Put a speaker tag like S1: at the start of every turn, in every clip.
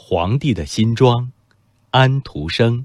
S1: 皇帝的新装，安徒生。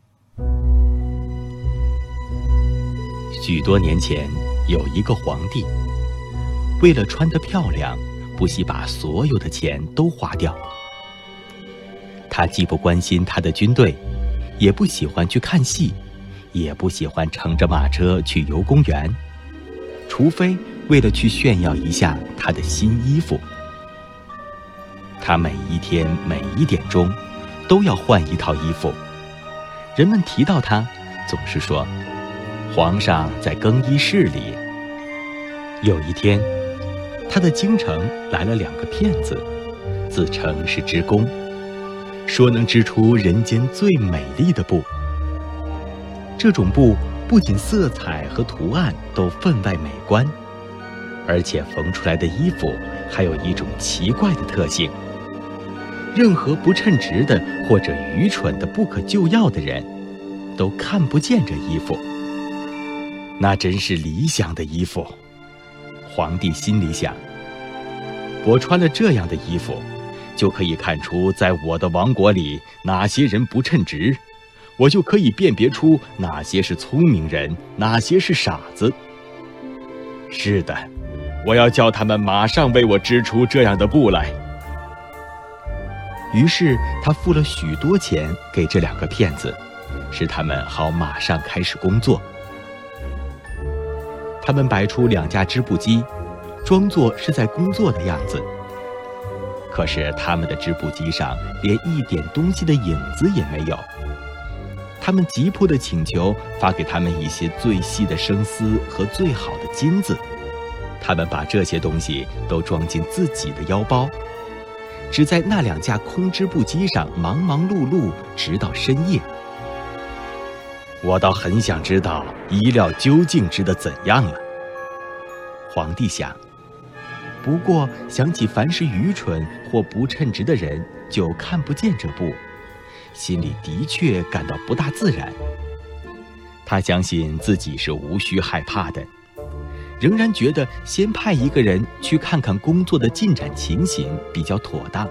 S1: 许多年前，有一个皇帝，为了穿得漂亮，不惜把所有的钱都花掉。他既不关心他的军队，也不喜欢去看戏，也不喜欢乘着马车去游公园，除非为了去炫耀一下他的新衣服。他每一天每一点钟都要换一套衣服。人们提到他，总是说皇上在更衣室里。有一天，他的京城来了2个骗子，自称是织工，说能织出人间最美丽的布。这种布不仅色彩和图案都分外美观，而且缝出来的衣服还有一种奇怪的特性，任何不称职的或者愚蠢的不可救药的人都看不见这衣服。那真是理想的衣服。皇帝心里想，我穿了这样的衣服，就可以看出在我的王国里哪些人不称职，我就可以辨别出哪些是聪明人，哪些是傻子。是的，我要叫他们马上为我织出这样的布来。于是他付了许多钱给这2个骗子，使他们好马上开始工作。他们摆出2架织布机，装作是在工作的样子。可是他们的织布机上连一点东西的影子也没有。他们急迫地请求发给他们一些最细的生丝和最好的金子。他们把这些东西都装进自己的腰包，只在那2架空织布机上忙忙碌碌，直到深夜。我倒很想知道衣料究竟织得怎样了。皇帝想，不过想起凡是愚蠢或不称职的人就看不见这布，心里的确感到不大自然。他相信自己是无需害怕的，仍然觉得先派一个人去看看工作的进展情形比较妥当。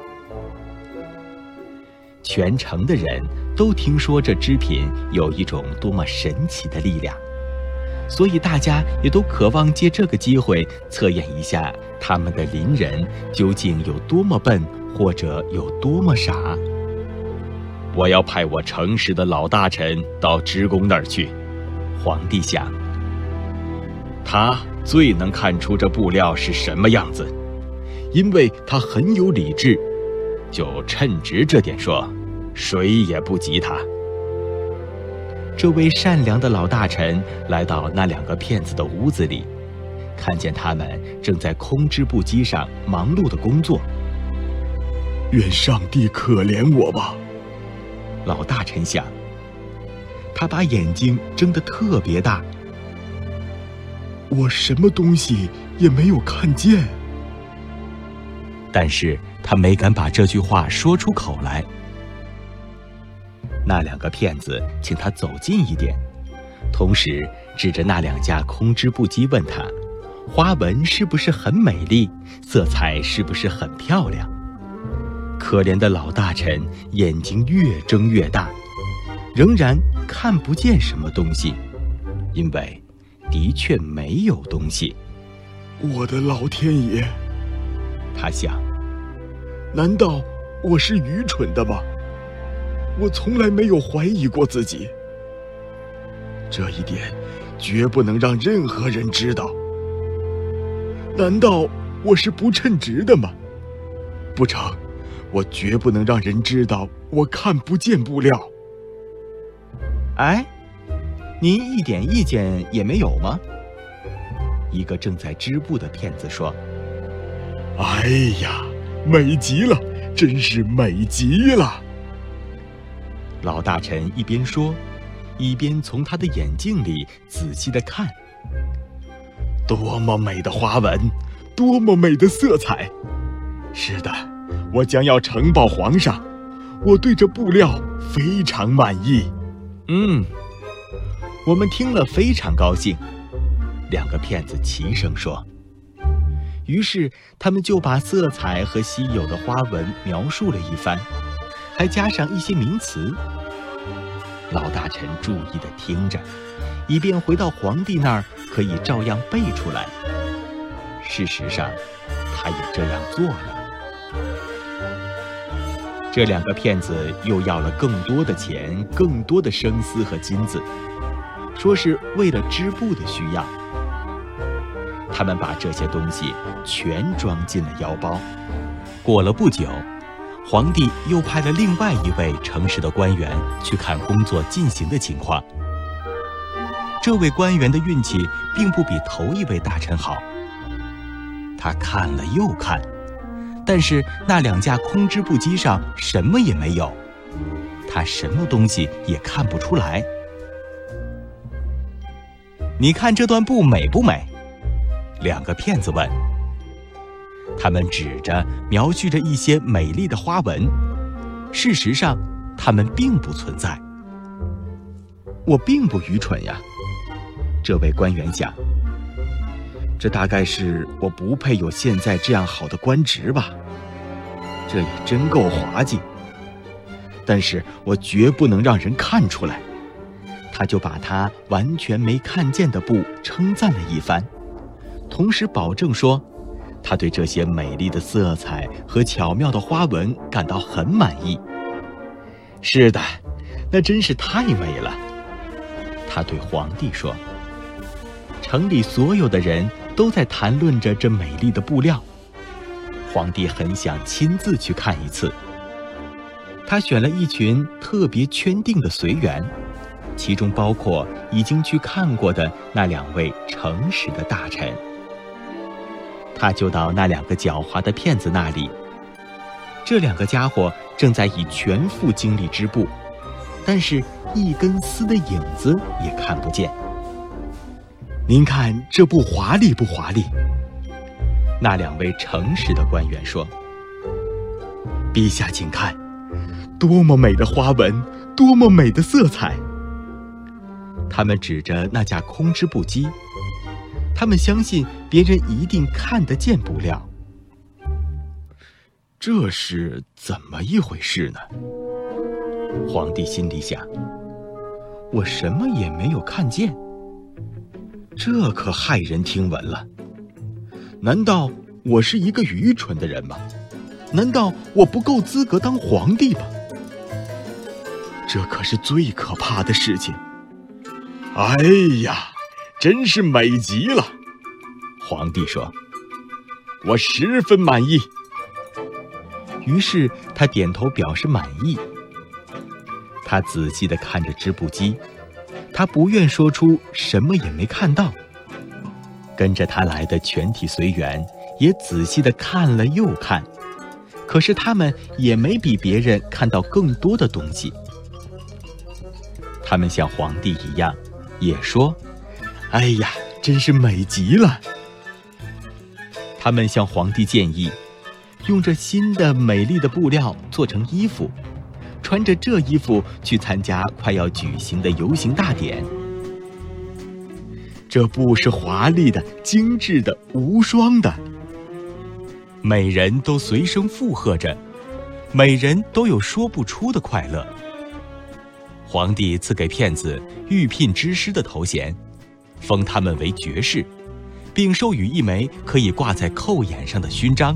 S1: 全城的人都听说这织品有一种多么神奇的力量，所以大家也都渴望借这个机会测验一下他们的邻人究竟有多么笨，或者有多么傻。我要派我诚实的老大臣到织工那儿去，皇帝想，他最能看出这布料是什么样子，因为他很有理智，就称职这点说，谁也不及他。这位善良的老大臣来到那2个骗子的屋子里，看见他们正在空织布机上忙碌的工作。
S2: 愿上帝可怜我吧，
S1: 老大臣想。他把眼睛睁得特别大。
S2: 我什么东西也没有看见。
S1: 但是他没敢把这句话说出口来。那2个骗子请他走近一点，同时指着那2架空织布机问他，花纹是不是很美丽，色彩是不是很漂亮。可怜的老大臣眼睛越睁越大，仍然看不见什么东西，因为的确没有东西。
S2: 我的老天爷，
S1: 他想，
S2: 难道我是愚蠢的吗？我从来没有怀疑过自己，这一点绝不能让任何人知道。难道我是不称职的吗？不成，我绝不能让人知道我看不见布料。
S1: 哎，您一点意见也没有吗？一个正在织布的骗子说。
S2: 哎呀，美极了，真是美极了。
S1: 老大臣一边说，一边从他的眼镜里仔细地看。
S2: 多么美的花纹，多么美的色彩！是的，我将要呈报皇上，我对这布料非常满意。
S1: 我们听了非常高兴。2个骗子齐声说。于是他们就把色彩和稀有的花纹描述了一番。 还加上一些名词。老大臣注意地听着，以便回到皇帝那儿可以照样背出来。事实上，他也这样做了。这两个骗子又要了更多的钱，更多的生丝和金子，说是为了织布的需要。他们把这些东西全装进了腰包。过了不久，皇帝又派了另外一位诚实的官员去看工作进行的情况。这位官员的运气并不比头一位大臣好，他看了又看，但是那2架空织布机上什么也没有，他什么东西也看不出来。你看这段布美不美？2个骗子问。他们指着描叙着一些美丽的花纹，事实上它们并不存在。我并不愚蠢呀，这位官员想，这大概是我不配有现在这样好的官职吧，这也真够滑稽。但是我绝不能让人看出来。他就把他完全没看见的布称赞了一番，同时保证说他对这些美丽的色彩和巧妙的花纹感到很满意。是的，那真是太美了。他对皇帝说，城里所有的人都在谈论着这美丽的布料。皇帝很想亲自去看一次。他选了一群特别圈定的随员，其中包括已经去看过的那2位诚实的大臣。他就到那2个狡猾的骗子那里。这2个家伙正在以全副精力织布，但是一根丝的影子也看不见。您看这布华丽不华丽？那2位诚实的官员说。陛下请看，多么美的花纹，多么美的色彩。他们指着那架空织布机，他们相信别人一定看得见布料。这是怎么一回事呢？皇帝心里想，我什么也没有看见，这可骇人听闻了。难道我是一个愚蠢的人吗？难道我不够资格当皇帝吗？这可是最可怕的事情。哎呀，真是美极了！皇帝说，我十分满意。于是他点头表示满意。他仔细地看着织布机，他不愿说出什么也没看到。跟着他来的全体随员也仔细地看了又看，可是他们也没比别人看到更多的东西。他们像皇帝一样也说，哎呀，真是美极了。他们向皇帝建议，用这新的美丽的布料做成衣服，穿着这衣服去参加快要举行的游行大典。这布是华丽的、精致的、无双的。每人都随声附和着，每人都有说不出的快乐。皇帝赐给骗子御聘之师的头衔，封他们为爵士，并授予一枚可以挂在扣眼上的勋章。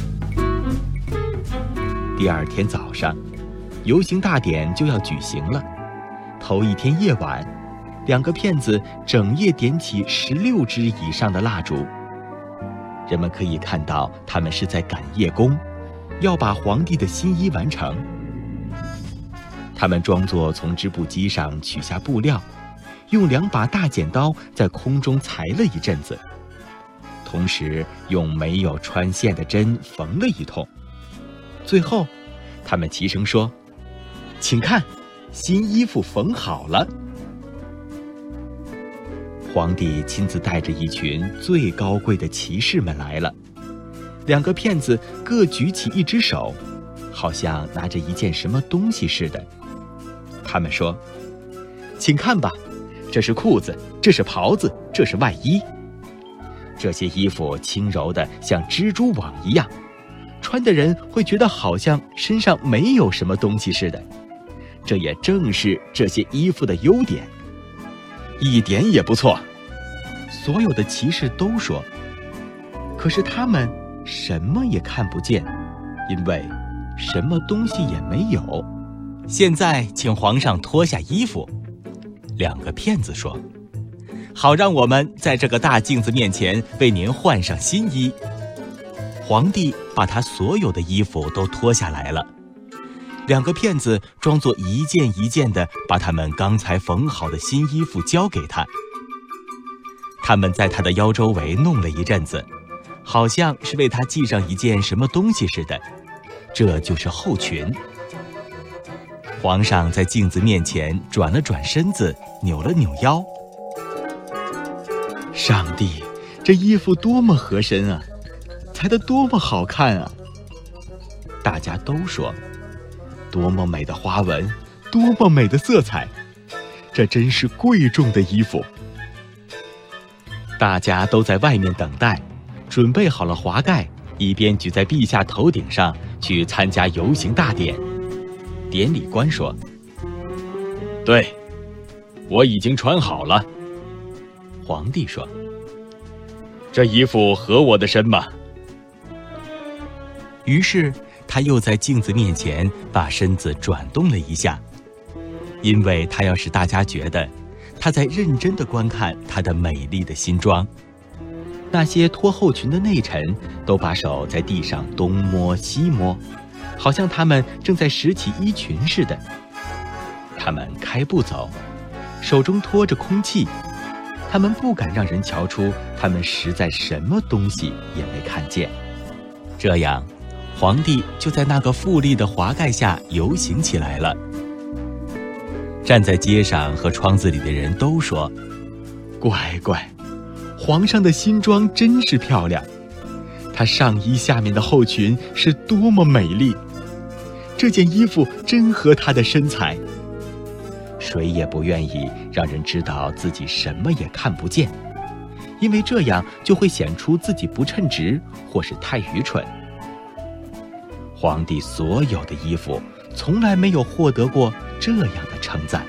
S1: 第2天早上，游行大典就要举行了。头一天夜晚，2个骗子整夜点起16支以上的蜡烛。人们可以看到他们是在赶夜工，要把皇帝的新衣完成。他们装作从织布机上取下布料，用2把大剪刀在空中裁了一阵子，同时用没有穿线的针缝了一通。最后他们齐声说，请看，新衣服缝好了。皇帝亲自带着一群最高贵的骑士们来了。2个骗子各举起一只手，好像拿着一件什么东西似的。他们说，请看吧，这是裤子，这是袍子，这是外衣。这些衣服轻柔的像蜘蛛网一样， 穿的人会觉得好像身上没有什么东西似的。这也正是这些衣服的优点。
S2: 一点也不错，
S1: 所有的骑士都说。可是他们什么也看不见，因为什么东西也没有。现在请皇上脱下衣服。2个骗子说，好让我们在这个大镜子面前为您换上新衣。皇帝把他所有的衣服都脱下来了。2个骗子装作一件一件地把他们刚才缝好的新衣服交给他。他们在他的腰周围弄了一阵子，好像是为他系上一件什么东西似的。这就是后裙。皇上在镜子面前转了转身子，扭了扭腰。
S2: 上帝，这衣服多么合身啊，裁得多么好看啊！
S1: 大家都说，
S2: 多么美的花纹，多么美的色彩，这真是贵重的衣服。
S1: 大家都在外面等待，准备好了华盖，一边举在陛下头顶上去参加游行大典。典礼官说，
S2: 对，我已经穿好了。
S1: 皇帝说，
S2: 这衣服合我的身吗？
S1: 于是他又在镜子面前把身子转动了一下，因为他要使大家觉得他在认真地观看他的美丽的新装。那些脱后裙的内臣都把手在地上东摸西摸，好像他们正在拾起衣裙似的。他们开步走，手中托着空气，他们不敢让人瞧出他们实在什么东西也没看见。这样，皇帝就在那个富丽的华盖下游行起来了。站在街上和窗子里的人都说，
S2: 乖乖，皇上的新装真是漂亮，他上衣下面的后裙是多么美丽，这件衣服真合他的身材。
S1: 谁也不愿意让人知道自己什么也看不见，因为这样就会显出自己不称职或是太愚蠢。皇帝所有的衣服从来没有获得过这样的称赞。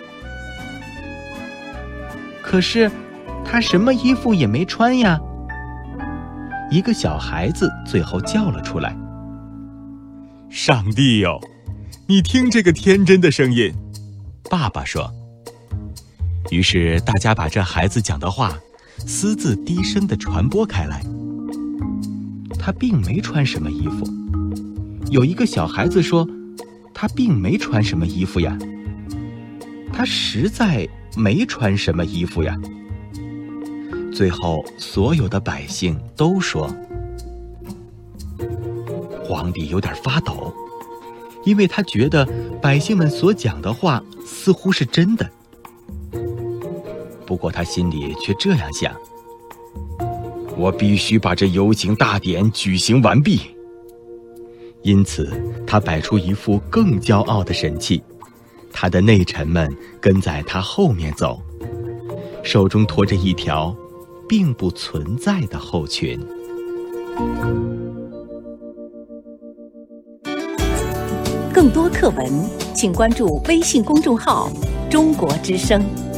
S1: 可是他什么衣服也没穿呀。一个小孩子最后叫了出来，
S2: 上帝哟，你听这个天真的声音。
S1: 爸爸说。于是大家把这孩子讲的话私自低声地传播开来。他并没穿什么衣服。有一个小孩子说，他并没穿什么衣服呀，他实在没穿什么衣服呀。最后所有的百姓都说。皇帝有点发抖，因为他觉得百姓们所讲的话似乎是真的。不过他心里却这样想，
S2: 我必须把这游行大典举行完毕。
S1: 因此他摆出一副更骄傲的神气，他的内臣们跟在他后面走，手中托着一条并不存在的后裙。
S3: 更多课文请关注微信公众号中国之声。